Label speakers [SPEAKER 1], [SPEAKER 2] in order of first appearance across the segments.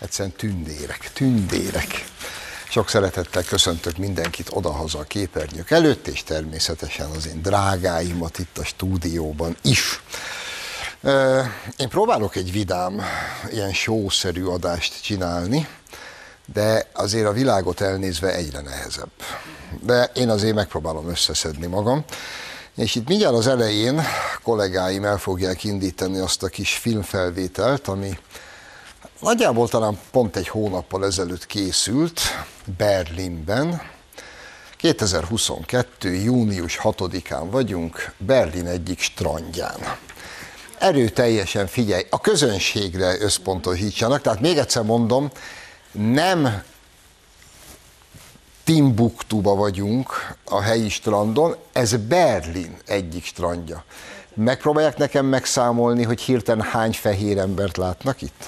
[SPEAKER 1] Egyszerűen tündérek, tündérek. Sok szeretettel köszöntök mindenkit odahaza a képernyők előtt, és természetesen az én drágáimat itt a stúdióban is. Én próbálok egy vidám, ilyen show-szerű adást csinálni, de azért a világot elnézve egyre nehezebb. De én azért megpróbálom összeszedni magam. És itt mindjárt az elején kollégáim el fogják indítani azt a kis filmfelvételt, ami nagyjából talán pont egy hónappal ezelőtt készült Berlinben. 2022. június 6-án vagyunk, Berlin egyik strandján. Erőteljesen figyelj, a közönségre összpontosítsanak, tehát még egyszer mondom, nem Timbuktuba vagyunk a helyi strandon, ez Berlin egyik strandja. Megpróbálják nekem megszámolni, hogy hirtelen hány fehér embert látnak itt?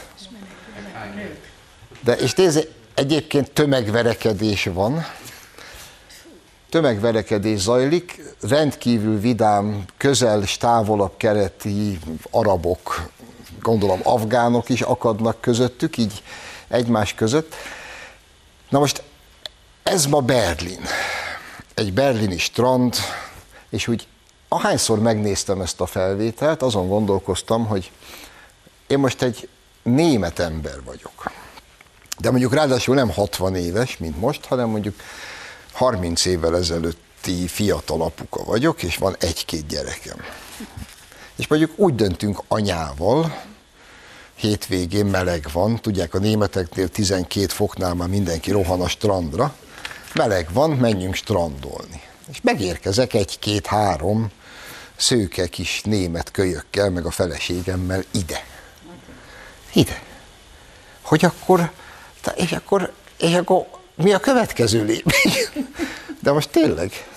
[SPEAKER 1] De és nézd, egyébként tömegverekedés van. Tömegverekedés zajlik, rendkívül vidám, közel és távolabb keleti arabok, gondolom afgánok is akadnak közöttük, így egymás között. Na most ez ma Berlin, egy berlini strand, és úgy ahányszor megnéztem ezt a felvételt, azon gondolkoztam, hogy én most egy német ember vagyok. De mondjuk ráadásul nem 60 éves, mint most, hanem mondjuk 30 évvel ezelőtti fiatal apuka vagyok, és van egy-két gyerekem. És mondjuk úgy döntünk anyával, hétvégén meleg van, tudják, a németeknél 12 foknál már mindenki rohan a strandra, meleg van, menjünk strandolni. És megérkezek egy-két-három szőke kis német kölyökkel, meg a feleségemmel ide. Ide. Hogy akkor, és akkor mi a következő lépés? De most tényleg,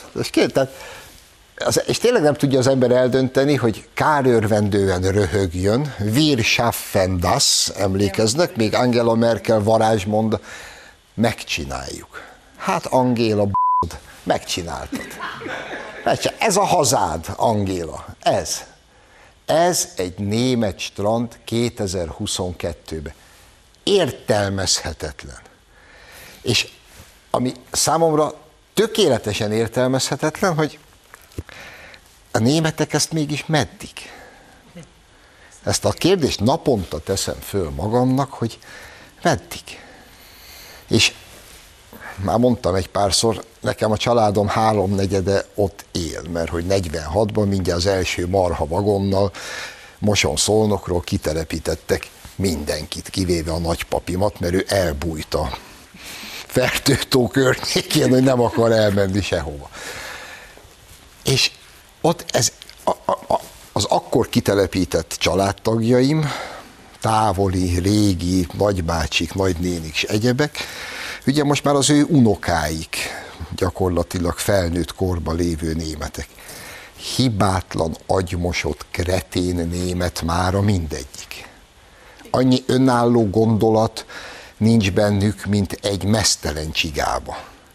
[SPEAKER 1] és tényleg nem tudja az ember eldönteni, hogy kárőrvendően röhögjön, wir schaffen das, emlékeznek, még Angela Merkel varázsmond, megcsináljuk. Hát Angéla, megcsináltad. Ez a hazád, Angéla, ez. Ez egy német strand 2022-ben. Értelmezhetetlen. És ami számomra tökéletesen értelmezhetetlen, hogy a németek ezt mégis meddig? Ezt a kérdést naponta teszem föl magamnak, hogy meddig? És már mondtam egy párszor, nekem a családom háromnegyede ott él, mert hogy 46-ban mindjárt az első marha vagonnal Moson-Szolnokról kitelepítettek mindenkit, kivéve a nagypapimat, mert ő elbújt a Fertőtó környékén, hogy nem akar elmenni sehova. És ott az akkor kitelepített családtagjaim, távoli, régi, nagybácsik, nagynénik és egyebek, ugye most már az ő unokáik, gyakorlatilag felnőtt korba lévő németek. Hibátlan, agymosott, kretén német mára mindegyik. Annyi önálló gondolat nincs bennük, mint egy meztelen csigába.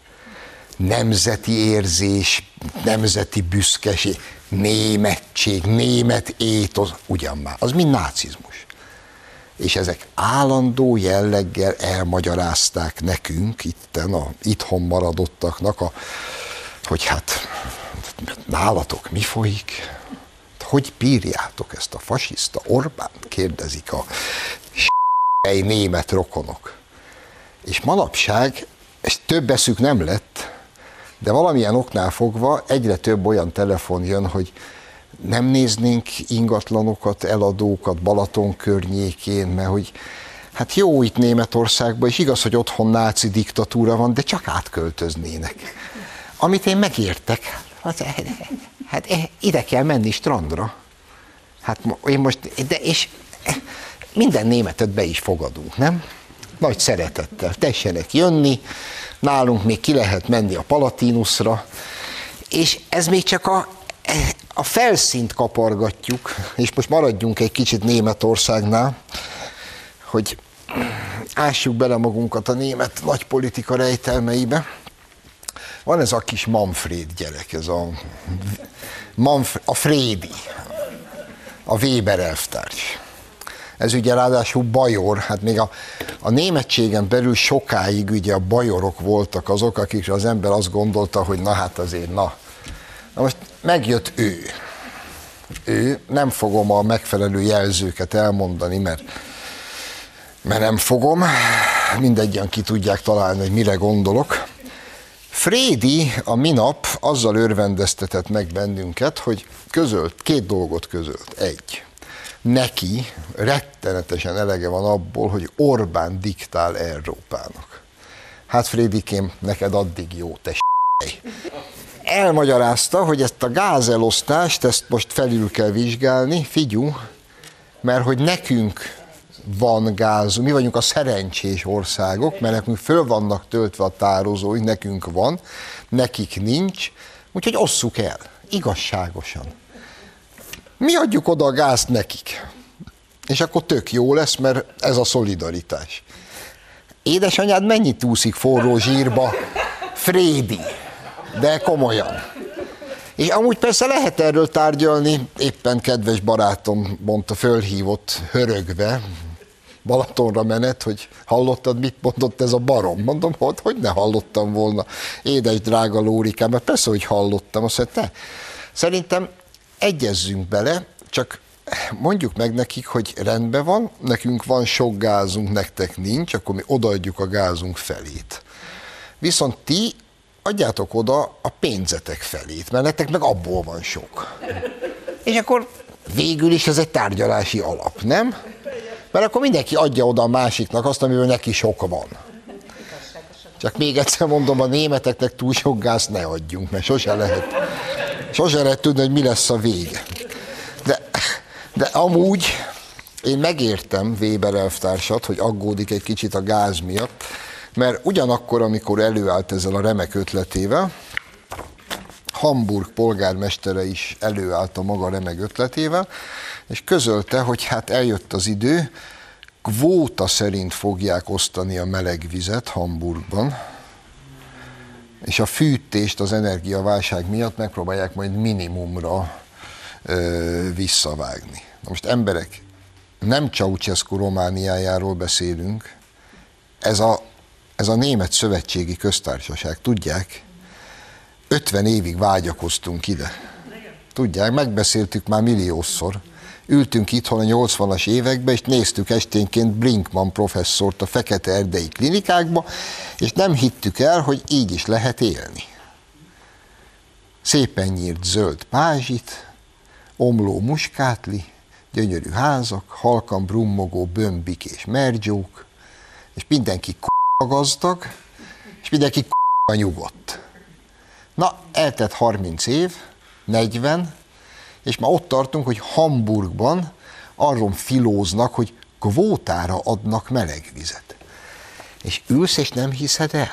[SPEAKER 1] Nemzeti érzés, nemzeti büszkeség, németség, német étosz, ugyan már, az mind nácizmus. És ezek állandó jelleggel elmagyarázták nekünk, itthon maradottaknak, hogy hát nálatok mi folyik? Hogy bírjátok ezt a fasiszta Orbánt? Kérdezik a német rokonok. És manapság, és több eszük nem lett, de valamilyen oknál fogva egyre több olyan telefon jön, hogy nem néznénk ingatlanokat, eladókat Balaton környékén, mert hogy hát jó itt Németországban, és igaz, hogy otthon náci diktatúra van, de csak átköltöznének. Amit én megértek, hát ide kell menni strandra. Hát én most, és minden németet be is fogadunk, nem? Nagy szeretettel, tessenek jönni, nálunk még ki lehet menni a Palatinusra, és ez még csak a felszínt kapargatjuk, és most maradjunk egy kicsit Németországnál, hogy ássuk bele magunkat a német nagypolitika rejtelmeibe. Van ez a kis Manfred gyerek, ez a Frédi, a Weber elvtárs. Ez ugye ráadásul bajor, hát még a németségen belül sokáig ugye a bajorok voltak azok, akikre az ember azt gondolta, hogy na hát azért na. Na most megjött ő, nem fogom a megfelelő jelzőket elmondani, mert nem fogom, mindegyen ki tudják találni, hogy mire gondolok. Frédi a minap azzal örvendeztetett meg bennünket, hogy két dolgot közölt. Egy, neki rettenetesen elege van abból, hogy Orbán diktál Európának. Hát Frédikém, neked addig jó, te s***ej. Elmagyarázta, hogy ezt a gázelosztást, ezt most felül kell vizsgálni, figyú, mert hogy nekünk van gázunk, mi vagyunk a szerencsés országok, mert nekünk föl vannak töltve a tározóink, nekünk van, nekik nincs, úgyhogy osszuk el, igazságosan. Mi adjuk oda a gázt nekik, és akkor tök jó lesz, mert ez a szolidaritás. Édesanyád mennyit úszik forró zsírba? Frédi, de komolyan. És amúgy persze lehet erről tárgyalni, éppen kedves barátom mondta, fölhívott hörögve, Balatonra menet, hogy hallottad, mit mondott ez a barom? Mondom, hogy ne hallottam volna. Édes drága Lórikám, mert persze, hogy hallottam. Azt mondta, te, szerintem egyezzünk bele, csak mondjuk meg nekik, hogy rendben van, nekünk van sok gázunk, nektek nincs, akkor mi odaadjuk a gázunk felét. Viszont ti adjátok oda a pénzetek felét, mert nektek meg abból van sok. És akkor végül is ez egy tárgyalási alap, nem? Mert akkor mindenki adja oda a másiknak azt, amiből neki sok van. Csak még egyszer mondom, a németeknek túl sok gázt ne adjunk, mert sose lehet tudni, hogy mi lesz a vége. De amúgy én megértem Weber elvtársat, hogy aggódik egy kicsit a gáz miatt, mert ugyanakkor, amikor előállt ezzel a remek ötletével, Hamburg polgármestere is előállt a maga remek ötletével, és közölte, hogy hát eljött az idő, kvóta szerint fogják osztani a meleg vizet Hamburgban, és a fűtést az energiaválság miatt megpróbálják majd minimumra visszavágni. Na most emberek, nem Ceausescu Romániájáról beszélünk, ez a német szövetségi köztársaság, tudják? 50 évig vágyakoztunk ide. Tudják, megbeszéltük már milliószor. Ültünk itthon a 80-as években, és néztük esténként Brinkmann professzort a fekete-erdei klinikákba, és nem hittük el, hogy így is lehet élni. Szépen nyírt zöld pázsit, omló muskátli, gyönyörű házak, halkan brummogó bömbik és mergyók, és mindenki k***a gazdag, és mindenki k***a nyugodt. Na, eltett 30 év, 40, és már ott tartunk, hogy Hamburgban arról filóznak, hogy kvótára adnak melegvizet. És ülsz, és nem hiszed el.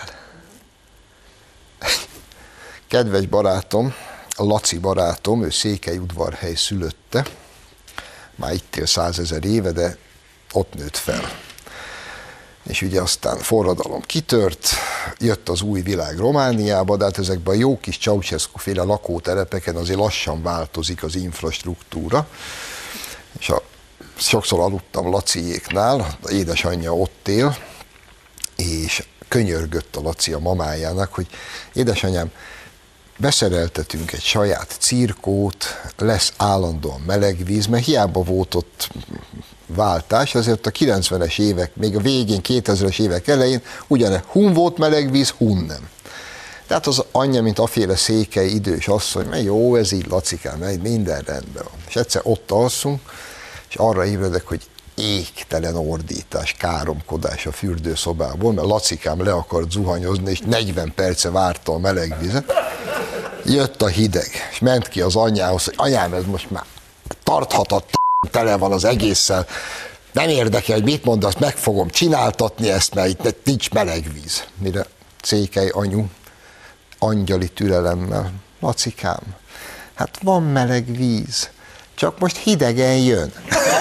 [SPEAKER 1] Kedves barátom, a Laci barátom, ő Székelyudvarhely szülötte, már itt él 100 000 éve, de ott nőtt fel. És ugye aztán forradalom kitört, jött az új világ Romániába, de hát ezekben a jó kis Ceausescu-féle lakótelepeken azért lassan változik az infrastruktúra. És sokszor aludtam Laciéknál, az édesanyja ott él, és könyörgött a Laci a mamájának, hogy édesanyám, beszereltetünk egy saját cirkót, lesz állandóan melegvíz, mert hiába volt ott váltás, azért a 90-es évek, még a végén, 2000-es évek elején ugyane hun volt melegvíz, hun nem. Tehát az anyja, mint aféle székely idős asszony, mert jó, ez így Lacikám, minden rendben van. És egyszer ott alszunk, és arra ébredek, hogy égtelen ordítás, káromkodás a fürdőszobából, mert Lacikám le akart zuhanyozni, és 40 perce várta a melegvizet. Jött a hideg, és ment ki az anyjához, hogy anyám, ez most már tarthatatlan, tele van az egésszel, nem érdekel, hogy mit mondasz, meg fogom csináltatni ezt, mert itt nincs meleg víz. Mire Székely anyu angyali türelemmel, Lacikám, hát van meleg víz, csak most hidegen jön.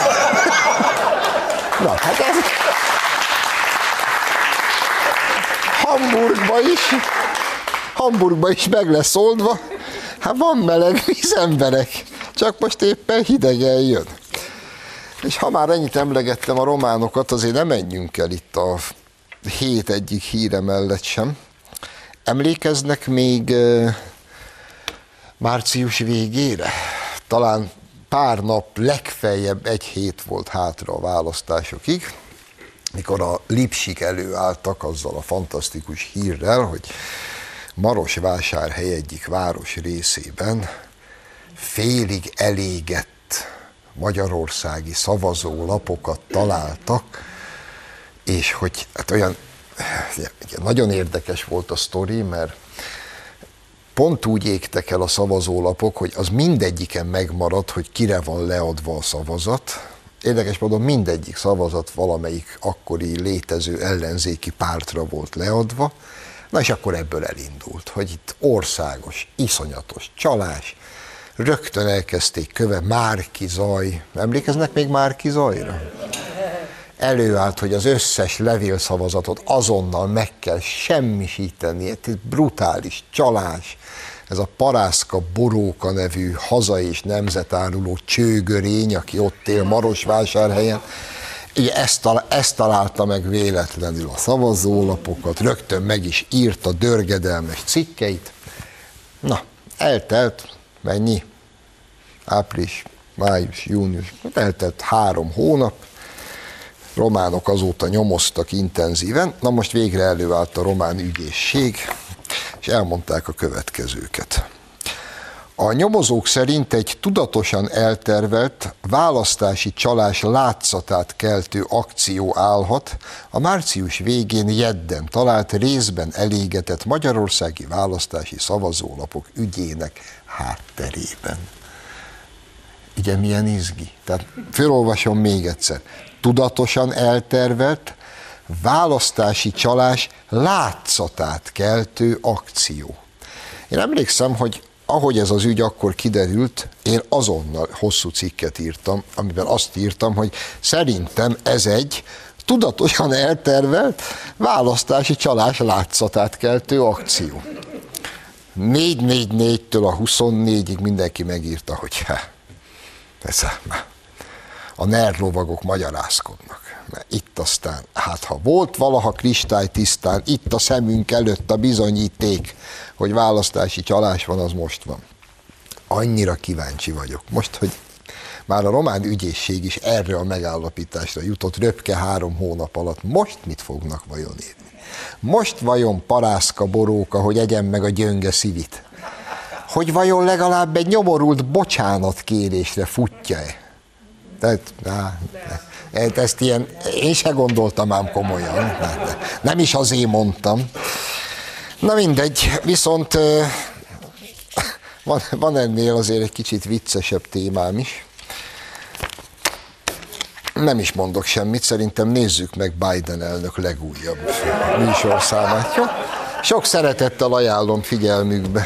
[SPEAKER 1] Na, hát ez... Hamburgba is meg lesz oldva, hát van meleg víz, emberek, csak most éppen hidegen jön. És ha már ennyit emlegettem a románokat, azért nem menjünk el itt a hét egyik híre mellett sem. Emlékeznek még március végére? Talán pár nap, legfeljebb egy hét volt hátra a választásokig, mikor a lipsik előálltak azzal a fantasztikus hírrel, hogy Marosvásárhely egyik város részében félig elégett magyarországi szavazólapokat találtak, és hogy hát olyan nagyon érdekes volt a sztori, mert pont úgy égtek el a szavazólapok, hogy az mindegyiken megmaradt, hogy kire van leadva a szavazat. Érdekes módon mindegyik szavazat valamelyik akkori létező ellenzéki pártra volt leadva. Na és akkor ebből elindult, hogy itt országos, iszonyatos csalás, rögtön elkezdték Márki Zaj, emlékeznek még Márki Zajra? Előállt, hogy az összes levélszavazatot azonnal meg kell semmisíteni, ez brutális csalás, ez a Parászka Boróka nevű haza- és nemzetáruló csőgörény, aki ott él Marosvásárhelyen, ugye ezt találta meg véletlenül a szavazólapokat, rögtön meg is írta dörgedelmes cikkeit. Na, eltelt, mennyi? Április, május, június, eltelt 3 hónap, románok azóta nyomoztak intenzíven, na most végre előállt a román ügyészség, és elmondták a következőket. A nyomozók szerint egy tudatosan eltervelt, választási csalás látszatát keltő akció állhat a március végén Jedden talált részben elégetett magyarországi választási szavazólapok ügyének hátterében. Ugye milyen izgi? Tehát felolvasom még egyszer. Tudatosan eltervelt, választási csalás látszatát keltő akció. Én emlékszem, hogy ahogy ez az ügy akkor kiderült, én azonnal hosszú cikket írtam, amiben azt írtam, hogy szerintem ez egy tudatosan eltervelt, választási csalás látszatát keltő akció. 444-től a 24-ig mindenki megírta, hogy a NER lovagok magyarázkodnak. Mert itt aztán, hát ha volt valaha kristálytisztán, itt a szemünk előtt a bizonyíték, hogy választási csalás van, az most van. Annyira kíváncsi vagyok. Most, hogy már a román ügyészség is erre a megállapításra jutott röpke 3 hónap alatt, most mit fognak vajon írni? Most vajon Parászka Boróka, hogy egyen meg a gyönge szivit? Hogy vajon legalább egy nyomorult bocsánatkérésre futja-e? Tehát, ezt ilyen, én se gondoltam ám komolyan, nem is azért mondtam. Na mindegy, viszont van ennél azért egy kicsit viccesebb témám is. Nem is mondok semmit, szerintem nézzük meg Biden elnök legújabb műsorszámát. Jó? Sok szeretettel ajánlom figyelmükbe.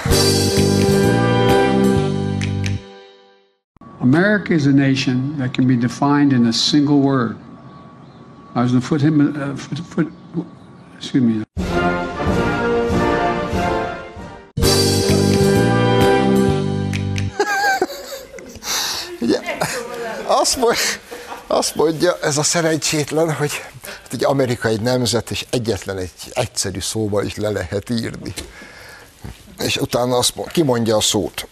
[SPEAKER 2] America is a nation that can be defined in a single word. I was going to excuse me.
[SPEAKER 1] Ugye, azt mondja ez a szerencsétlen, hogy egy Amerika egy nemzet, és egyetlen egy egyszerű szóval is le lehet írni. És utána kimondja a szót.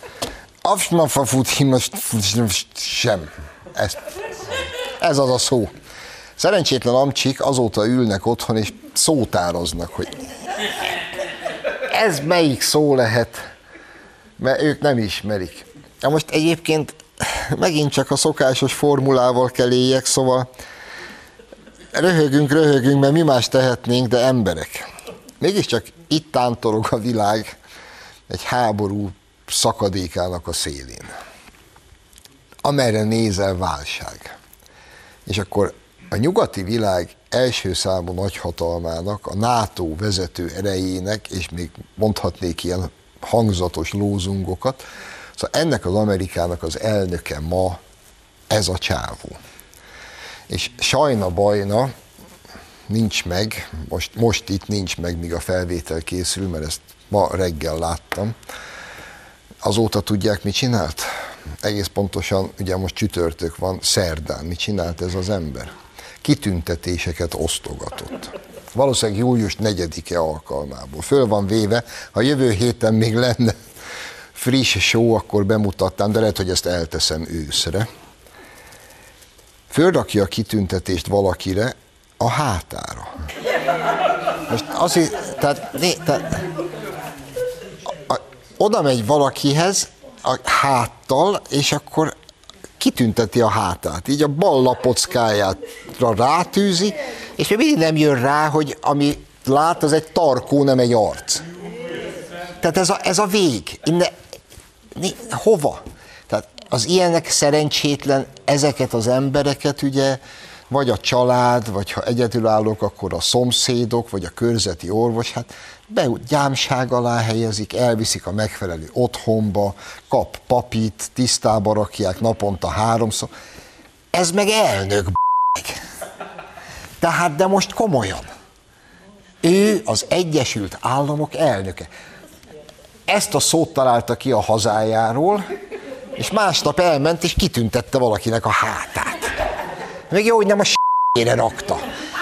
[SPEAKER 1] Sem. Ez az a szó. Szerencsétlen amcsik azóta ülnek otthon, és szótároznak, hogy ez melyik szó lehet, mert ők nem ismerik. Na most egyébként megint csak a szokásos formulával kell éljek, szóval röhögünk, mert mi más tehetnénk, de emberek. Mégiscsak itt tántorog a világ egy háború szakadékának a szélén. Amerre nézel válság. És akkor a nyugati világ első számú nagyhatalmának, a NATO vezető erejének, és még mondhatnék ilyen hangzatos lózungokat, szóval ennek az Amerikának az elnöke ma ez a csávó. És sajna bajna nincs meg, most itt nincs meg, míg a felvétel készül, mert ezt ma reggel láttam. Azóta tudják, mit csinált? egész pontosan, ugye most csütörtök van, szerdán mit csinált ez az ember? Kitüntetéseket osztogatott. Valószínűleg július 4-e alkalmából. Föl van véve, ha jövő héten még lenne friss show, akkor bemutattam, de lehet, hogy ezt elteszem őszre. Fölrakja a kitüntetést valakire a hátára. Most azért, oda megy valakihez a háttal, és akkor kitünteti a hátát, így a bal lapockájára rátűzi, és még mindig nem jön rá, hogy ami lát, az egy tarkó, nem egy arc. Tehát ez a vég. Hova? Tehát az ilyenek szerencsétlen, ezeket az embereket ugye, vagy a család, vagy ha egyedülállók, akkor a szomszédok, vagy a körzeti orvos, hát gyámság alá helyezik, elviszik a megfelelő otthonba, kap papit, tisztába rakják naponta 3-szor. Ez meg elnök, tehát, de most komolyan. Ő az Egyesült Államok elnöke. Ezt a szót találta ki a hazájáról, és másnap elment, és kitüntette valakinek a hátát. Még jó, hogy nem a s***ére rakta.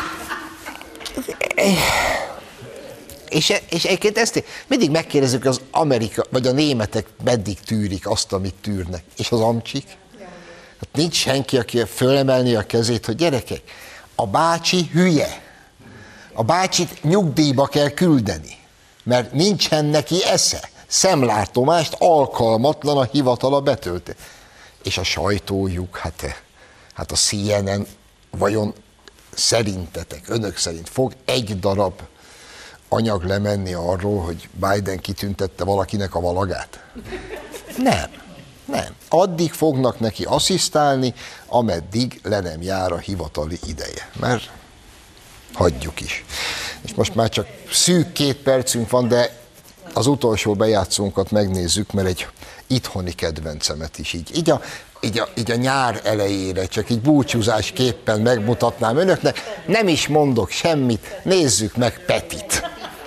[SPEAKER 1] És egyébként ezt mindig megkérdezzük, az Amerika, vagy a németek meddig tűrik azt, amit tűrnek. És az amcsik? Hát nincs senki, aki fölemelni a kezét, hogy gyerekek, a bácsi hülye. A bácsit nyugdíjba kell küldeni, mert nincsen neki esze. Szemlátomást alkalmatlan a hivatala betölti. És a sajtójuk, hát a CNN vajon szerintetek, önök szerint fog egy darab anyag lemenni arról, hogy Biden kitüntette valakinek a valagát? Nem. Addig fognak neki asszisztálni, ameddig le nem jár a hivatali ideje. Mert hagyjuk is. És most már csak szűk 2 percünk van, de az utolsó bejátszónkat megnézzük, mert egy itthoni kedvencemet is így a nyár elejére, csak így búcsúzásképpen megmutatnám önöknek. Nem is mondok semmit, nézzük meg Petit.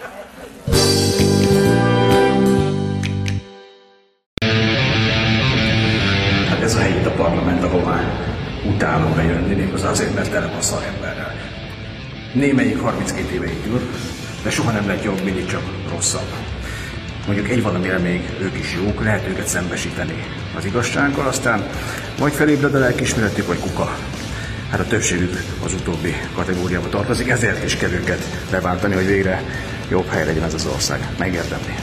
[SPEAKER 3] Hát ez a hely itt a parlament, ahová utálom bejönni, méghozzá azért, mert tele van szaremberrel. Némelyik 32 éve itt ül, de soha nem lett jobb, mindig csak rosszabb. Mondjuk egy valamire még ők is jók, lehet őket szembesíteni az igazsággal, aztán vagy felébred a lelkiismeretük, vagy kuka. Hát a többségük az utóbbi kategóriába tartozik, ezért is kell őket leváltani, hogy végre jobb hely legyen ez az ország. Megérdemli.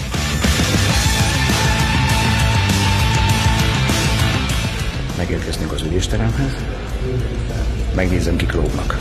[SPEAKER 3] Megérkeztünk az ülésteremhez, megnézem, kik lógnak.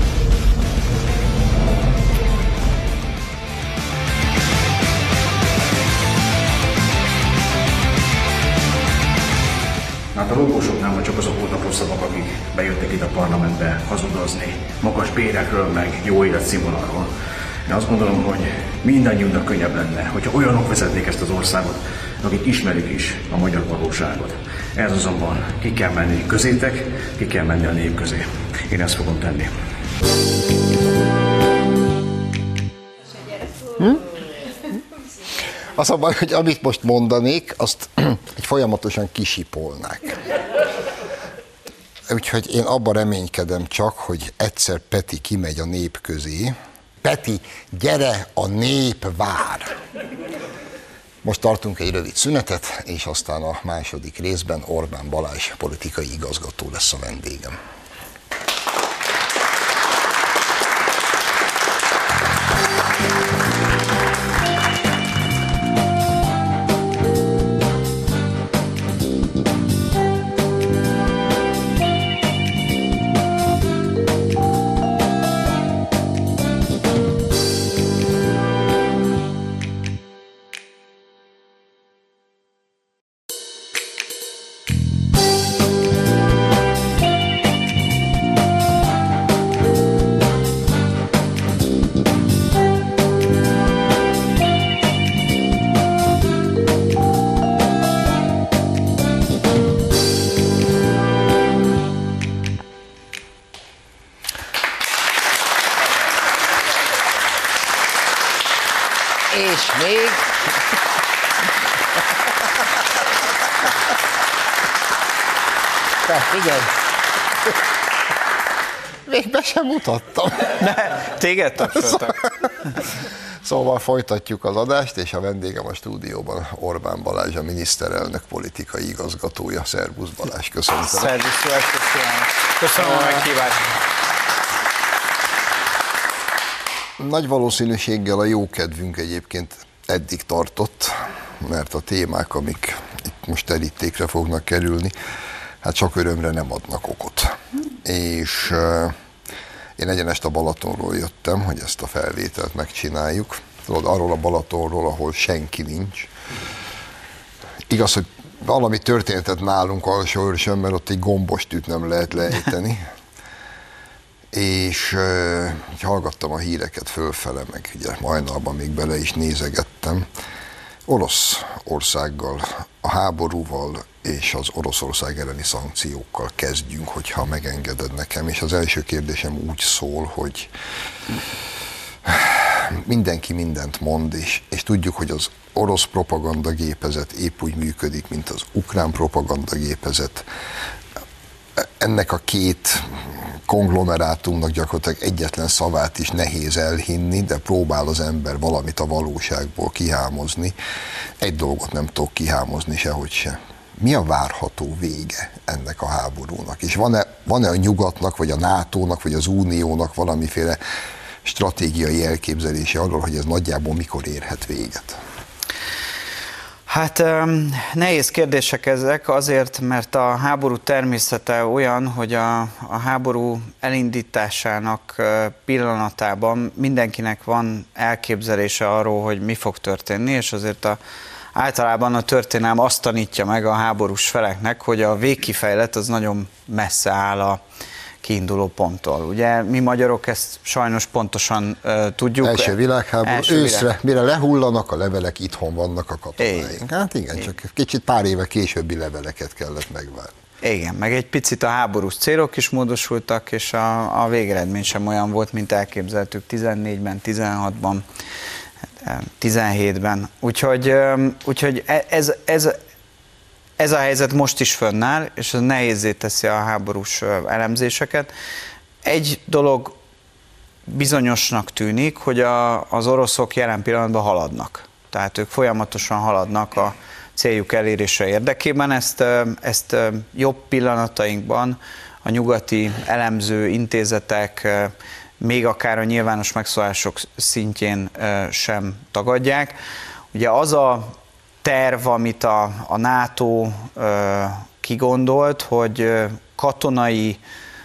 [SPEAKER 3] Hát a lógósoknál van csak azok voltak rosszabbak, akik bejöttek itt a parlamentbe hazudozni, magas bérekről, meg jó életszínvonalról. De azt gondolom, hogy mindannyiunknak könnyebb lenne, hogyha olyanok vezetnék ezt az országot, akik ismerik is a magyar valóságot. Ez azonban ki kell menni közétek, ki kell menni a nép közé. Én ezt fogom tenni.
[SPEAKER 1] Az a baj, hogy amit most mondanék, azt egy folyamatosan kisipolnák. Úgyhogy én abban reménykedem csak, hogy egyszer Peti kimegy a nép közé. Peti, gyere, a nép vár! Most tartunk egy rövid szünetet, és aztán a második részben Orbán Balázs politikai igazgató lesz a vendégem. És még Igen. Még be sem mutattam.
[SPEAKER 4] Téged tapsoltak.
[SPEAKER 1] Szóval folytatjuk az adást, és a vendégem a stúdióban Orbán Balázs, a miniszterelnök politikai igazgatója. Szervusz Balázs, köszönöm.
[SPEAKER 4] Szervusz, jó estét kívánok. Köszönöm a meghívást.
[SPEAKER 1] Nagy valószínűséggel a jó kedvünk egyébként eddig tartott, mert a témák, amik itt most terítékre fognak kerülni, hát csak örömre nem adnak okot. És én egyenest a Balatonról jöttem, hogy ezt a felvételt megcsináljuk. Tudod, arról a Balatonról, ahol senki nincs. Igaz, hogy valami történetet nálunk Alsóőrsön, mert ott egy gombostűt nem lehet lejteni. És hallgattam a híreket fölfele, meg ugye hajnalban még bele is nézegettem. Oroszországgal, a háborúval és az Oroszország elleni szankciókkal kezdjünk, hogyha megengeded nekem. És az első kérdésem úgy szól, hogy mindenki mindent mond, és tudjuk, hogy az orosz propagandagépezet épp úgy működik, mint az ukrán propagandagépezet. Ennek a két konglomerátumnak gyakorlatilag egyetlen szavát is nehéz elhinni, de próbál az ember valamit a valóságból kihámozni. Egy dolgot nem tudok kihámozni sehogy se. Mi a várható vége ennek a háborúnak? És van-e a nyugatnak, vagy a NATO-nak, vagy az Uniónak valamiféle stratégiai elképzelése arról, hogy ez nagyjából mikor érhet véget?
[SPEAKER 4] Hát nehéz kérdések ezek azért, mert a háború természete olyan, hogy a háború elindításának pillanatában mindenkinek van elképzelése arról, hogy mi fog történni, és azért általában a történelem azt tanítja meg a háborús feleknek, hogy a végkifejlet az nagyon messze áll a kiinduló ponttól. Ugye mi magyarok ezt sajnos pontosan tudjuk.
[SPEAKER 1] Első világháború, őszre, mire lehullanak a levelek, itthon vannak a katonáink. Hát igen, csak kicsit pár éve későbbi leveleket kellett megvárni.
[SPEAKER 4] Igen, meg egy picit a háborús célok is módosultak, és a végeredmény sem olyan volt, mint elképzeltük 14-ben, 16-ban, 17-ben. Úgyhogy ez a helyzet most is fönnáll, és ez nehézzé teszi a háborús elemzéseket. Egy dolog bizonyosnak tűnik, hogy az oroszok jelen pillanatban haladnak. Tehát ők folyamatosan haladnak a céljuk elérése érdekében. Ezt jobb pillanatainkban a nyugati elemző intézetek, még akár a nyilvános megszólások szintjén sem tagadják. Ugye az a terv, amit a NATO kigondolt, hogy katonai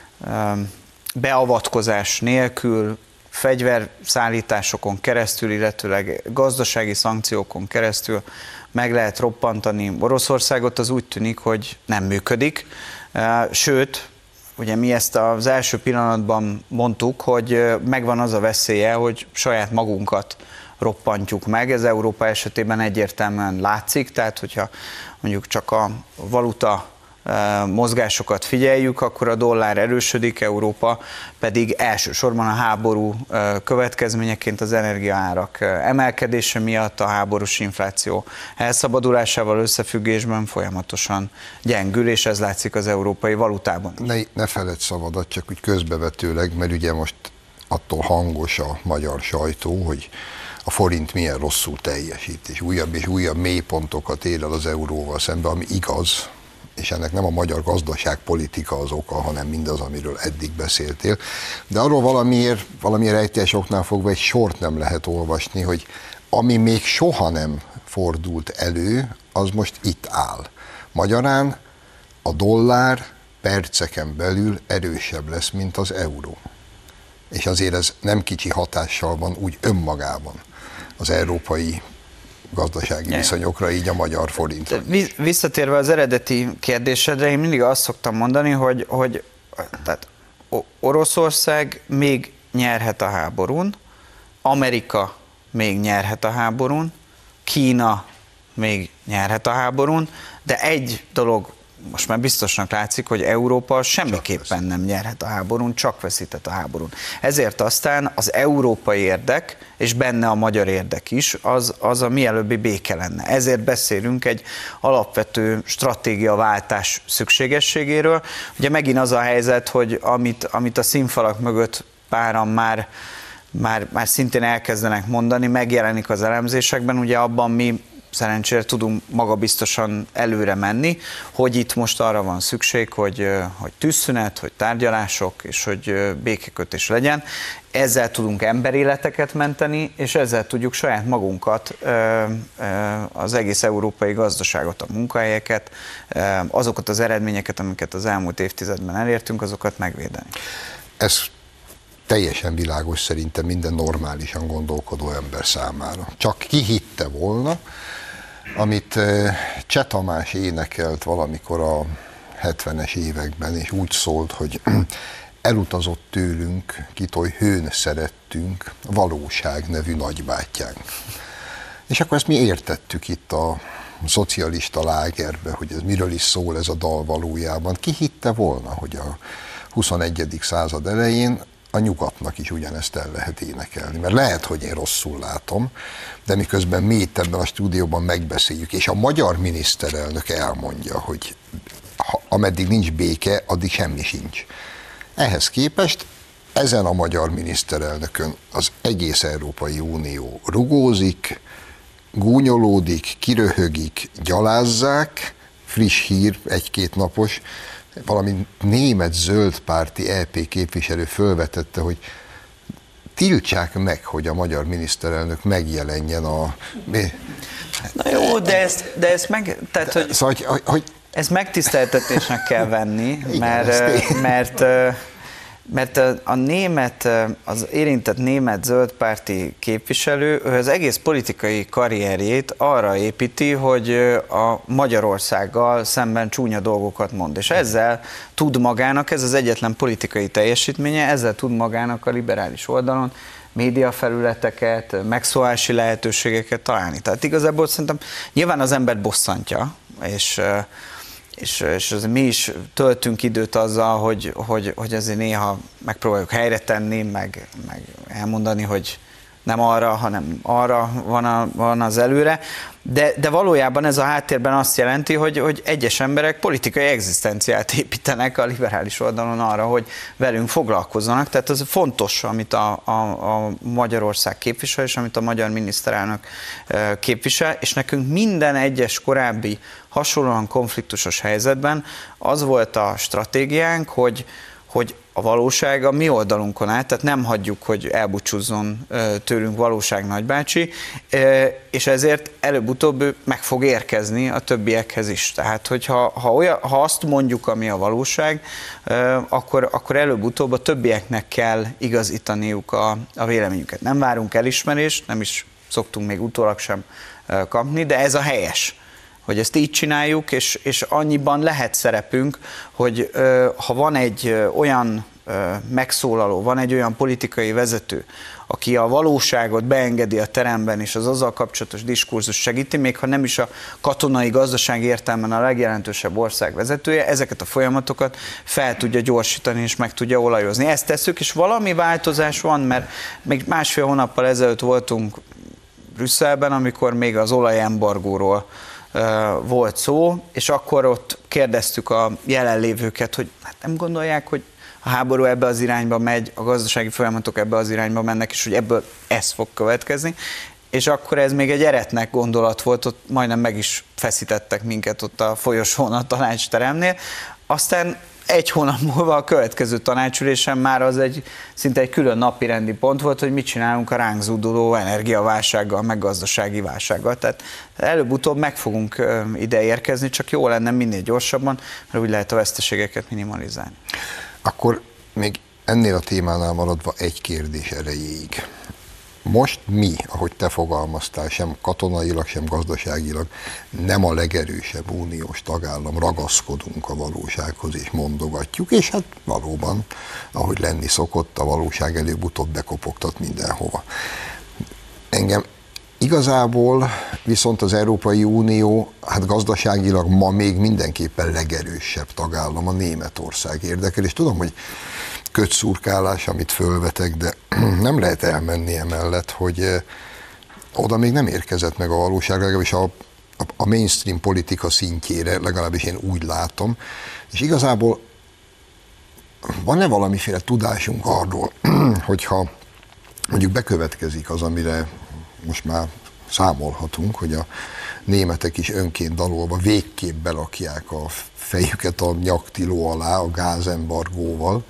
[SPEAKER 4] beavatkozás nélkül fegyverszállításokon keresztül, illetőleg gazdasági szankciókon keresztül meg lehet roppantani Oroszországot, az úgy tűnik, hogy nem működik. Sőt, ugye mi ezt az első pillanatban mondtuk, hogy megvan az a veszélye, hogy saját magunkat roppantjuk meg. Ez Európa esetében egyértelműen látszik, tehát hogyha mondjuk csak a valuta mozgásokat figyeljük, akkor a dollár erősödik, Európa pedig elsősorban a háború következményeként az energiaárak emelkedése miatt, a háborús infláció elszabadulásával összefüggésben folyamatosan gyengül, és ez látszik az európai valutában.
[SPEAKER 1] Ne feledd szavadat, csak úgy közbevetőleg, mert ugye most attól hangos a magyar sajtó, hogy a forint milyen rosszul teljesít, és újabb mélypontokat ér el az euróval szemben, ami igaz, és ennek nem a magyar gazdaságpolitika az oka, hanem mindaz, amiről eddig beszéltél. De arról valamiért rejtélyes oknál fogva egy sort nem lehet olvasni, hogy ami még soha nem fordult elő, az most itt áll. Magyarán a dollár perceken belül erősebb lesz, mint az euró. És azért ez nem kicsi hatással van úgy önmagában az európai gazdasági viszonyokra, így a magyar forintra.
[SPEAKER 4] Visszatérve az eredeti kérdésedre, én mindig azt szoktam mondani, hogy tehát Oroszország még nyerhet a háborún, Amerika még nyerhet a háborún, Kína még nyerhet a háborún, de egy dolog most már biztosnak látszik, hogy Európa semmiképpen nem nyerhet a háborún, csak veszített a háborún. Ezért aztán az európai érdek, és benne a magyar érdek is, az a mielőbbi béke lenne. Ezért beszélünk egy alapvető stratégiaváltás szükségességéről. Ugye megint az a helyzet, hogy amit a színfalak mögött páran már szintén elkezdenek mondani, megjelenik az elemzésekben, ugye abban mi szerencsére tudunk magabiztosan előre menni, hogy itt most arra van szükség, hogy tűzszünet, hogy tárgyalások, és hogy békekötés legyen. Ezzel tudunk emberéleteket menteni, és ezzel tudjuk saját magunkat, az egész európai gazdaságot, a munkahelyeket, azokat az eredményeket, amiket az elmúlt évtizedben elértünk, azokat megvédeni.
[SPEAKER 1] Ez teljesen világos szerintem minden normálisan gondolkodó ember számára. Csak ki hitte volna, amit Cseh Tamás énekelt valamikor a 70-es években, és úgy szólt, hogy elutazott tőlünk, kit oly hőn szerettünk, valóság nevű nagybátyánk. És akkor ezt mi értettük itt a szocialista lágerbe, hogy ez miről is szól ez a dal valójában. Ki hitte volna, hogy a 21. század elején a nyugatnak is ugyanezt el lehet énekelni. Mert lehet, hogy én rosszul látom, de miközben mi itt ebben a stúdióban megbeszéljük, és a magyar miniszterelnök elmondja, hogy ameddig nincs béke, addig semmi sincs. Ehhez képest ezen a magyar miniszterelnökön az egész Európai Unió rugózik, gúnyolódik, kiröhögik, gyalázzák, friss hír, egy-két napos, valami német zöldpárti EP képviselő fölvetette, hogy tiltsák meg, hogy a magyar miniszterelnök megjelenjen a...
[SPEAKER 4] Na jó, de ezt meg... Tehát, hogy,
[SPEAKER 1] szóval, hogy
[SPEAKER 4] ezt megtiszteltetésnek kell venni, mert a német, az érintett német zöldpárti képviselő, ő az egész politikai karrierjét arra építi, hogy a Magyarországgal szemben csúnya dolgokat mond, és ezzel tud magának, ez az egyetlen politikai teljesítménye, ezzel tud magának a liberális oldalon médiafelületeket, megszólási lehetőségeket találni. Tehát igazából szerintem nyilván az embert bosszantja, és mi is töltünk időt azzal, hogy azért néha megpróbáljuk helyre tenni, meg elmondani, hogy nem arra, hanem arra van az előre. De valójában ez a háttérben azt jelenti, hogy egyes emberek politikai egzisztenciát építenek a liberális oldalon arra, hogy velünk foglalkozzanak. Tehát ez fontos, amit a Magyarország képvisel, és amit a magyar miniszterelnök képvisel, és nekünk minden egyes korábbi hasonlóan konfliktusos helyzetben az volt a stratégiánk, hogy a valóság a mi oldalunkon áll, tehát nem hagyjuk, hogy elbúcsúzzon tőlünk valóság nagybácsi, és ezért előbb-utóbb ő meg fog érkezni a többiekhez is. Tehát, ha azt mondjuk, ami a valóság, akkor előbb-utóbb a többieknek kell igazítaniuk a véleményüket. Nem várunk elismerést, nem is szoktunk még utólag sem kapni, de ez a helyes, hogy ezt így csináljuk, és annyiban lehet szerepünk, hogy ha van egy olyan megszólaló, van egy olyan politikai vezető, aki a valóságot beengedi a teremben, és az azzal kapcsolatos diskurzus segíti, még ha nem is a katonai gazdasági értelemben a legjelentősebb ország vezetője, ezeket a folyamatokat fel tudja gyorsítani, és meg tudja olajozni. Ezt tesszük, és valami változás van, mert még másfél hónappal ezelőtt voltunk Brüsszelben, amikor még az olajembargóról volt szó, és akkor ott kérdeztük a jelenlévőket, hogy hát nem gondolják, hogy a háború ebbe az irányba megy, a gazdasági folyamatok ebbe az irányba mennek, és hogy ebből ez fog következni, és akkor ez még egy eretnek gondolat volt, ott majdnem meg is feszítettek minket ott a folyosón a tanácsteremnél, aztán egy hónap múlva a következő tanácsülésen már az szinte egy külön napirendi pont volt, hogy mit csinálunk a ránk zúduló energiaválsággal, meg gazdasági válsággal. Tehát előbb-utóbb meg fogunk ide érkezni, csak jó lenne minél gyorsabban, mert úgy lehet a veszteségeket minimalizálni.
[SPEAKER 1] Akkor még ennél a témánál maradva egy kérdés erejéig. Most mi, ahogy te fogalmaztál, sem katonailag, sem gazdaságilag nem a legerősebb uniós tagállam, ragaszkodunk a valósághoz és mondogatjuk, és hát valóban, ahogy lenni szokott, a valóság előbb-utóbb bekopogtat mindenhova. Engem Igazából viszont az Európai Unió, hát gazdaságilag ma még mindenképpen legerősebb tagállam a Németország érdekel, és tudom, hogy kötszurkálás, amit fölvetek, de nem lehet elmenni emellett, hogy oda még nem érkezett meg a valóság, legalábbis a mainstream politika szintjére, legalábbis én úgy látom, és igazából van-e valamiféle tudásunk arról, hogyha mondjuk bekövetkezik az, amire most már számolhatunk, hogy a németek is önként dalolva végképp belakják a fejüket a nyaktiló alá a gázembargóval.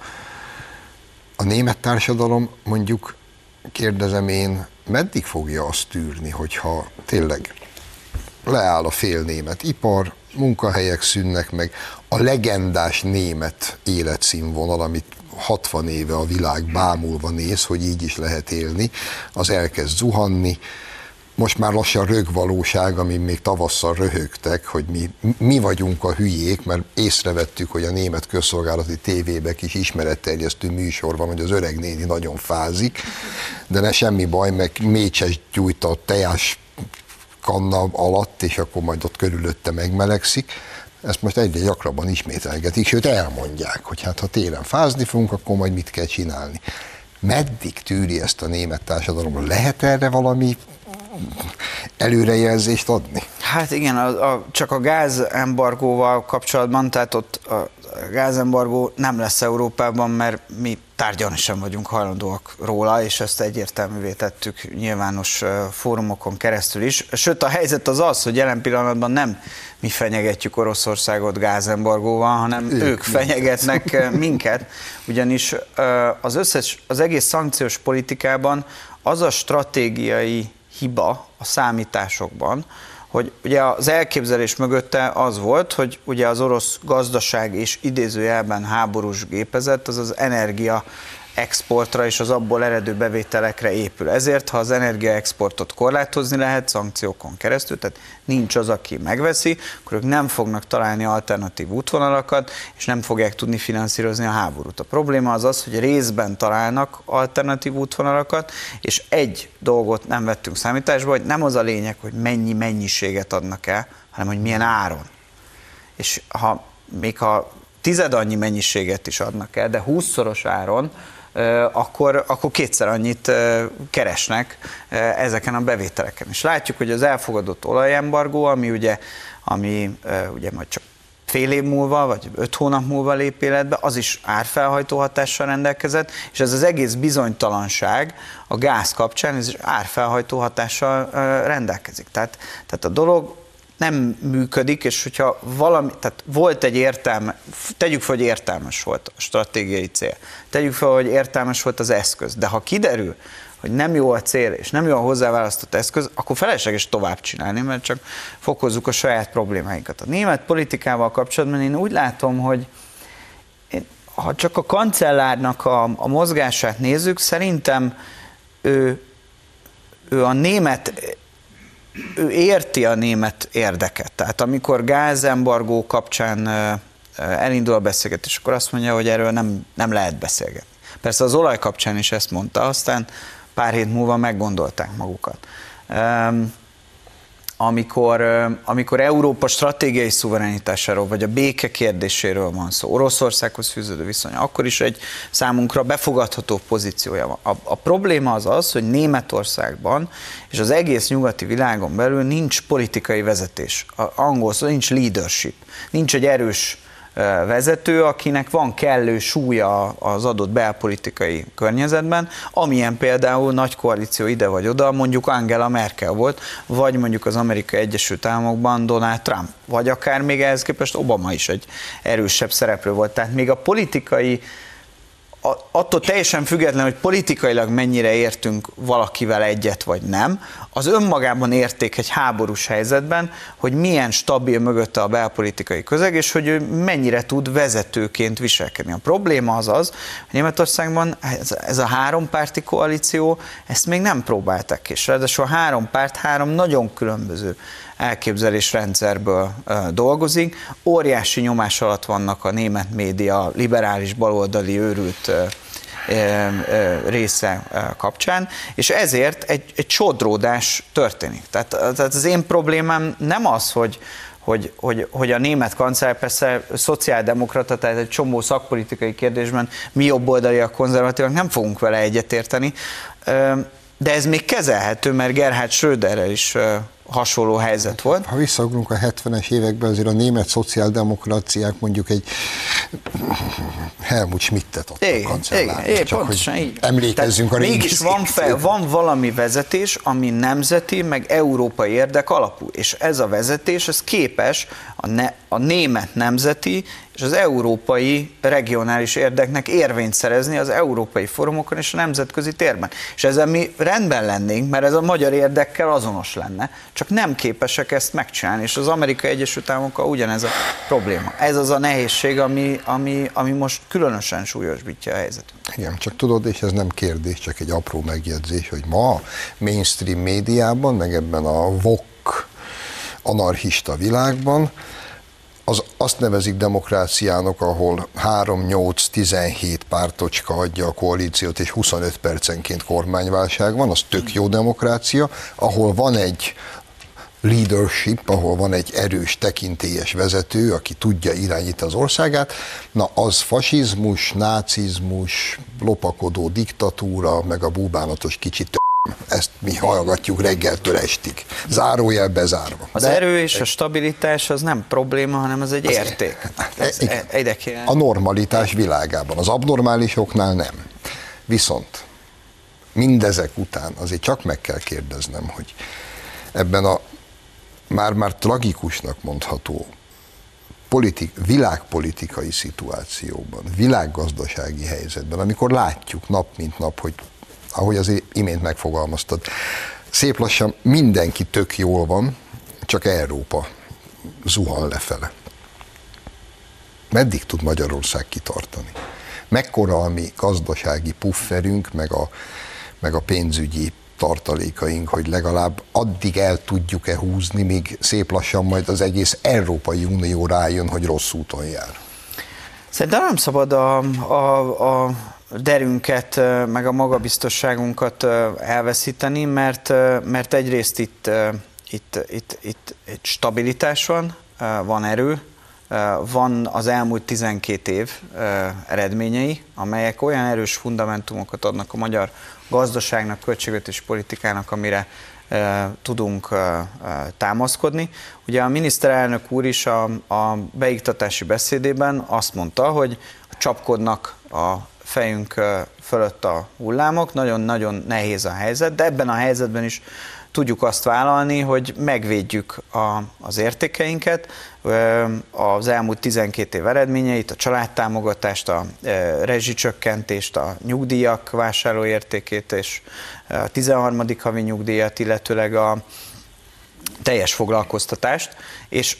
[SPEAKER 1] A német társadalom, mondjuk kérdezem én, meddig fogja azt tűrni, hogyha tényleg leáll a félnémet ipar, munkahelyek szűnnek meg, a legendás német életszínvonal, amit 60 éve a világ bámulva néz, hogy így is lehet élni, az elkezd zuhanni. Most már lassan rögvalóság, amin még tavasszal röhögtek, hogy mi vagyunk a hülyék, mert észrevettük, hogy a német közszolgálati tévében kis ismeretterjesztő műsor van, hogy az öreg néni nagyon fázik, de ne semmi baj, meg mécses gyújt a tejás kanna alatt, és akkor majd ott körülötte megmelegszik. Ezt most egyre gyakrabban ismételgetik, sőt elmondják, hogy hát ha télen fázni fogunk, akkor majd mit kell csinálni. Meddig tűri ezt a német társadalom? Lehet erre valami előrejelzést adni?
[SPEAKER 4] Hát igen, csak a gázembargóval kapcsolatban, tehát ott a gázembargó nem lesz Európában, mert mi tárgyalni sem vagyunk hajlandóak róla, és ezt egyértelművé tettük nyilvános fórumokon keresztül is. Sőt, a helyzet az, hogy jelen pillanatban nem mi fenyegetjük Oroszországot gázembargóval, hanem ők fenyegetnek minket, ugyanis az egész szankciós politikában az a stratégiai hiba a számításokban, hogy ugye az elképzelés mögötte az volt, hogy ugye az orosz gazdaság és idézőjelben háborús gépezet, az az energia exportra és az abból eredő bevételekre épül. Ezért, ha az energiaexportot korlátozni lehet szankciókon keresztül, tehát nincs az, aki megveszi, akkor ők nem fognak találni alternatív útvonalakat, és nem fogják tudni finanszírozni a háborút. A probléma az, hogy részben találnak alternatív útvonalakat, és egy dolgot nem vettünk számításba, hogy nem az a lényeg, hogy mennyi mennyiséget adnak el, hanem hogy milyen áron. És még ha tized annyi mennyiséget is adnak el, de 20-szoros áron, akkor kétszer annyit keresnek ezeken a bevételeken. És látjuk, hogy az elfogadott olajembargó, ami ugye majd csak fél év múlva, vagy 5 hónap múlva lép életbe, az is árfelhajtó hatással rendelkezett, és ez az egész bizonytalanság a gáz kapcsán, ez is árfelhajtó hatással rendelkezik. Tehát a dolog nem működik, és hogyha tehát volt egy értelme, tegyük fel, hogy értelmes volt a stratégiai cél, tegyük fel, hogy értelmes volt az eszköz, de ha kiderül, hogy nem jó a cél, és nem jó a hozzáválasztott eszköz, akkor felesleges tovább csinálni, mert csak fokozzuk a saját problémáinkat. A német politikával kapcsolatban én úgy látom, hogy ha csak a kancellárnak a mozgását nézzük, szerintem ő érti a német érdeket. Tehát amikor gázembargó kapcsán elindul a beszélgetés, akkor azt mondja, hogy erről nem lehet beszélgetni. Persze az olaj kapcsán is ezt mondta, aztán pár hét múlva meggondolták magukat. Amikor Európa stratégiai szuverenitásáról, vagy a béke kérdéséről van szó, Oroszországhoz fűződő viszony, akkor is egy számunkra befogadható pozíciója van. A probléma az, hogy Németországban és az egész nyugati világon belül nincs politikai vezetés. Angol szó nincs leadership, nincs egy erős vezető, akinek van kellő súlya az adott belpolitikai környezetben, amilyen például nagy koalíció ide vagy oda, mondjuk Angela Merkel volt, vagy mondjuk az Amerikai Egyesült Államokban Donald Trump, vagy akár még ehhez képest Obama is egy erősebb szereplő volt. Tehát még a politikai, attól teljesen független, hogy politikailag mennyire értünk valakivel egyet vagy nem, az önmagában érték egy háborús helyzetben, hogy milyen stabil mögötte a belpolitikai közeg, és hogy ő mennyire tud vezetőként viselkedni. A probléma az, hogy Németországban ez a hárompárti koalíció, ezt még nem próbálták, és ráadásul a három párt három nagyon különböző elképzelésrendszerből dolgozik. Óriási nyomás alatt vannak a német média, liberális, baloldali, őrült része kapcsán, és ezért egy sodródás történik. Tehát az én problémám nem az, hogy a német kancellár persze szociáldemokrata, tehát egy csomó szakpolitikai kérdésben mi jobboldaliak, konzervatívak nem fogunk vele egyetérteni, de ez még kezelhető, mert Gerhard Schröderrel is hasonló helyzet volt.
[SPEAKER 1] Ha visszaugrunk a 70-es években, azért a német szociáldemokráciák mondjuk egy Helmut Schmidtet adtak kancellárnak, csak
[SPEAKER 4] pontosan,
[SPEAKER 1] hogy emlékezzünk a régi
[SPEAKER 4] mégis van valami vezetés, ami nemzeti, meg európai érdek alapú, és ez a vezetés, ez képes a német nemzeti és az európai regionális érdeknek érvényt szerezni az európai fórumokon és a nemzetközi térben. És ezzel mi rendben lennénk, mert ez a magyar érdekkel azonos lenne, csak nem képesek ezt megcsinálni, és az Amerikai Egyesült Államokkal ugyanez a probléma. Ez az a nehézség, ami most különösen súlyosbítja a helyzetet.
[SPEAKER 1] Igen, csak tudod, és ez nem kérdés, csak egy apró megjegyzés, hogy ma a mainstream médiában, meg ebben a woke anarchista világban, azt nevezik demokráciának, ahol 3-8-17 pártocska adja a koalíciót, és 25 percenként kormányválság van, az tök jó demokrácia, ahol van egy leadership, ahol van egy erős, tekintélyes vezető, aki tudja irányítani az országát, na az fasizmus, nácizmus, lopakodó diktatúra, meg a búbánatos kicsit. Ezt mi hallgatjuk reggeltől estig. Zárójel bezárva.
[SPEAKER 4] Az erő és a stabilitás az nem probléma, hanem az egy érték.
[SPEAKER 1] A normalitás világában. Az abnormálisoknál nem. Viszont mindezek után azért csak meg kell kérdeznem, hogy ebben a már tragikusnak mondható világpolitikai szituációban, világgazdasági helyzetben, amikor látjuk nap mint nap, hogy ahogy az imént megfogalmaztad, szép lassan mindenki tök jól van, csak Európa zuhan lefele. Meddig tud Magyarország kitartani? Mekkora a mi gazdasági pufferünk, meg a pénzügyi tartalékaink, hogy legalább addig el tudjuk-e húzni, míg szép lassan majd az egész Európai Unió rájön, hogy rossz úton jár?
[SPEAKER 4] Szerintem nem szabad a derünket, meg a magabiztosságunkat elveszíteni, mert egyrészt itt stabilitás van erő, van az elmúlt 12 év eredményei, amelyek olyan erős fundamentumokat adnak a magyar gazdaságnak, költségvetési politikának, amire tudunk támaszkodni. Ugye a miniszterelnök úr is a beiktatási beszédében azt mondta, hogy csapkodnak a fejünk fölött a hullámok, nagyon-nagyon nehéz a helyzet, de ebben a helyzetben is tudjuk azt vállalni, hogy megvédjük az értékeinket, az elmúlt 12 év eredményeit, a családtámogatást, a rezsicsökkentést, a nyugdíjak vásárlóértékét és a 13. havi nyugdíjat, illetőleg a teljes foglalkoztatást, és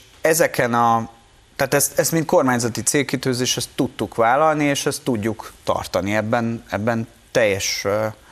[SPEAKER 4] tehát ezt mint kormányzati célkitűzés, ezt tudtuk vállalni, és ezt tudjuk tartani. Ebben teljes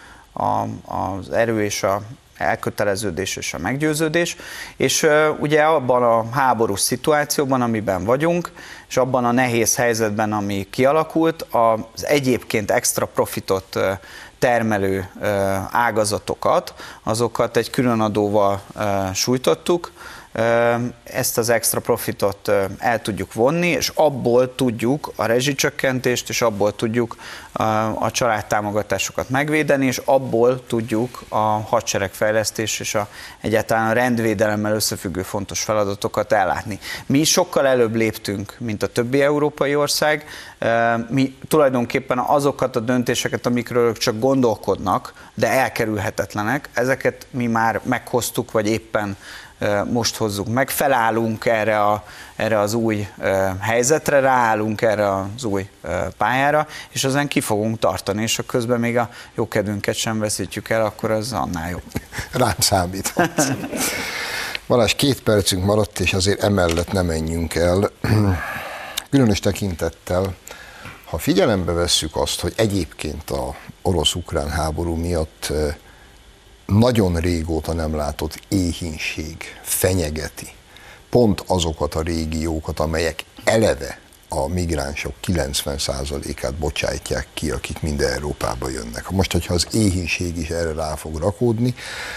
[SPEAKER 4] az erő és a elköteleződés és a meggyőződés, és ugye abban a háborús szituációban, amiben vagyunk, és abban a nehéz helyzetben, ami kialakult, az egyébként extra profitot termelő ágazatokat, azokat egy különadóval sújtottuk, ezt az extra profitot el tudjuk vonni, és abból tudjuk a rezsicsökkentést, és abból tudjuk a családtámogatásokat megvédeni, és abból tudjuk a hadseregfejlesztés és egyáltalán a rendvédelemmel összefüggő fontos feladatokat ellátni. Mi sokkal előbb léptünk, mint a többi európai ország. Mi tulajdonképpen azokat a döntéseket, amikről ők csak gondolkodnak, de elkerülhetetlenek, ezeket mi már meghoztuk, vagy éppen most hozzuk meg, felállunk erre az új helyzetre, ráállunk erre az új pályára, és ezen ki fogunk tartani, és ha közben még a jókedvünket sem veszítjük el, akkor az annál jobb.
[SPEAKER 1] Rám számíthatsz. Balázs, 2 percünk maradt, és azért emellett nem menjünk el. Különös tekintettel, ha figyelembe vesszük azt, hogy egyébként a orosz-ukrán háború miatt nagyon régóta nem látott éhínség fenyegeti pont azokat a régiókat, amelyek eleve a migránsok 90%-át bocsájtják ki, akik mind Európába jönnek. Most, hogyha az éhínség is erre rá fog rakódni,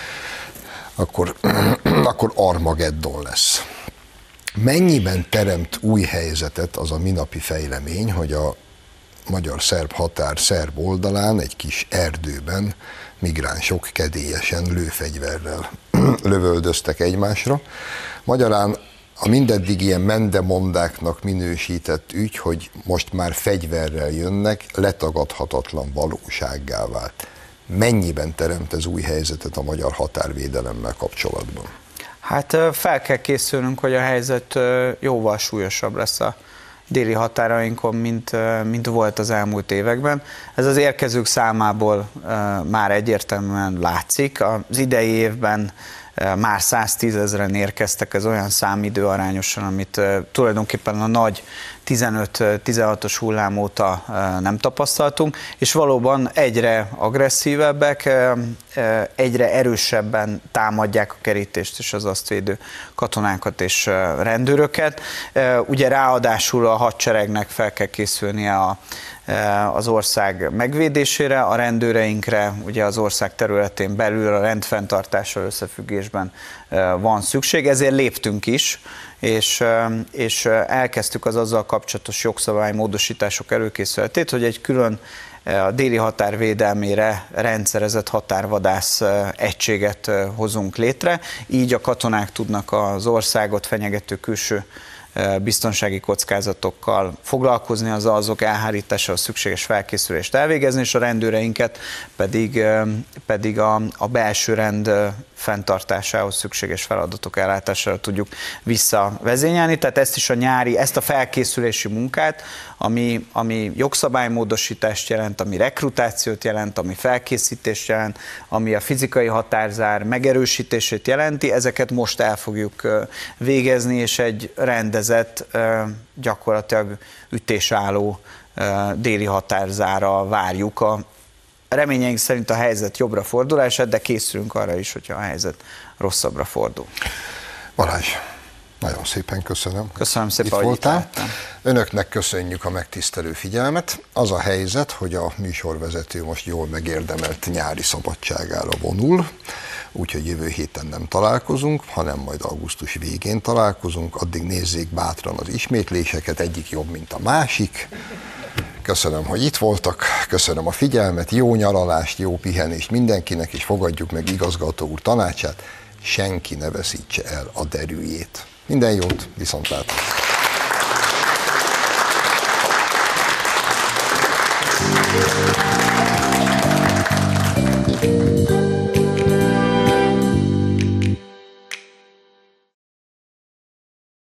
[SPEAKER 1] akkor Armageddon lesz. Mennyiben teremt új helyzetet az a minapi fejlemény, hogy a magyar-szerb határ szerb oldalán, egy kis erdőben migránsok kedélyesen lőfegyverrel lövöldöztek egymásra. Magyarán a mindeddig ilyen mendemondáknak minősített ügy, hogy most már fegyverrel jönnek, letagadhatatlan valósággá vált. Mennyiben teremt ez új helyzetet a magyar határvédelemmel kapcsolatban?
[SPEAKER 4] Hát fel kell készülnünk, hogy a helyzet jóval súlyosabb lesz a déli határainkon, mint volt az elmúlt években. Ez az érkezők számából már egyértelműen látszik. Az idei évben már 110 000-en érkeztek, ez olyan számidő arányosan, amit tulajdonképpen a nagy 15-16-os hullám óta nem tapasztaltunk, és valóban egyre agresszívebbek, egyre erősebben támadják a kerítést és az azt védő katonákat és rendőröket. Ugye ráadásul a hadseregnek fel kell készülnie az ország megvédésére, a rendőreinkre ugye az ország területén belül a rendfenntartással összefüggésben van szükség, ezért léptünk is, és elkezdtük az azzal kapcsolatos jogszabálymódosítások előkészületét, hogy egy külön a déli határ védelmére rendszerezett határvadász egységet hozunk létre, így a katonák tudnak az országot fenyegető külső biztonsági kockázatokkal foglalkozni, azok elhárításával szükséges felkészülést elvégezni, és a rendőreinket pedig a belső rend fenntartásához szükséges feladatok ellátására tudjuk visszavezényelni. Tehát ezt a felkészülési munkát, ami jogszabálymódosítást jelent, ami rekrutációt jelent, ami felkészítést jelent, ami a fizikai határzár megerősítését jelenti, ezeket most el fogjuk végezni, és egy rendezett, gyakorlatilag ütésálló déli határzára várjuk reményeink szerint a helyzet jobbra fordulását, de készülünk arra is, hogyha a helyzet rosszabbra fordul.
[SPEAKER 1] Balázs, nagyon szépen köszönöm.
[SPEAKER 4] Köszönöm szépen,
[SPEAKER 1] hogy itt voltál. Önöknek köszönjük a megtisztelő figyelmet. Az a helyzet, hogy a műsorvezető most jól megérdemelt nyári szabadságára vonul, úgyhogy jövő héten nem találkozunk, hanem majd augusztus végén találkozunk. Addig nézzék bátran az ismétléseket, egyik jobb, mint a másik. Köszönöm, hogy itt voltak, köszönöm a figyelmet, jó nyaralást, jó pihenést mindenkinek, és fogadjuk meg igazgató úr tanácsát, senki ne veszítse el a derűjét. Minden jót, viszontlátásra!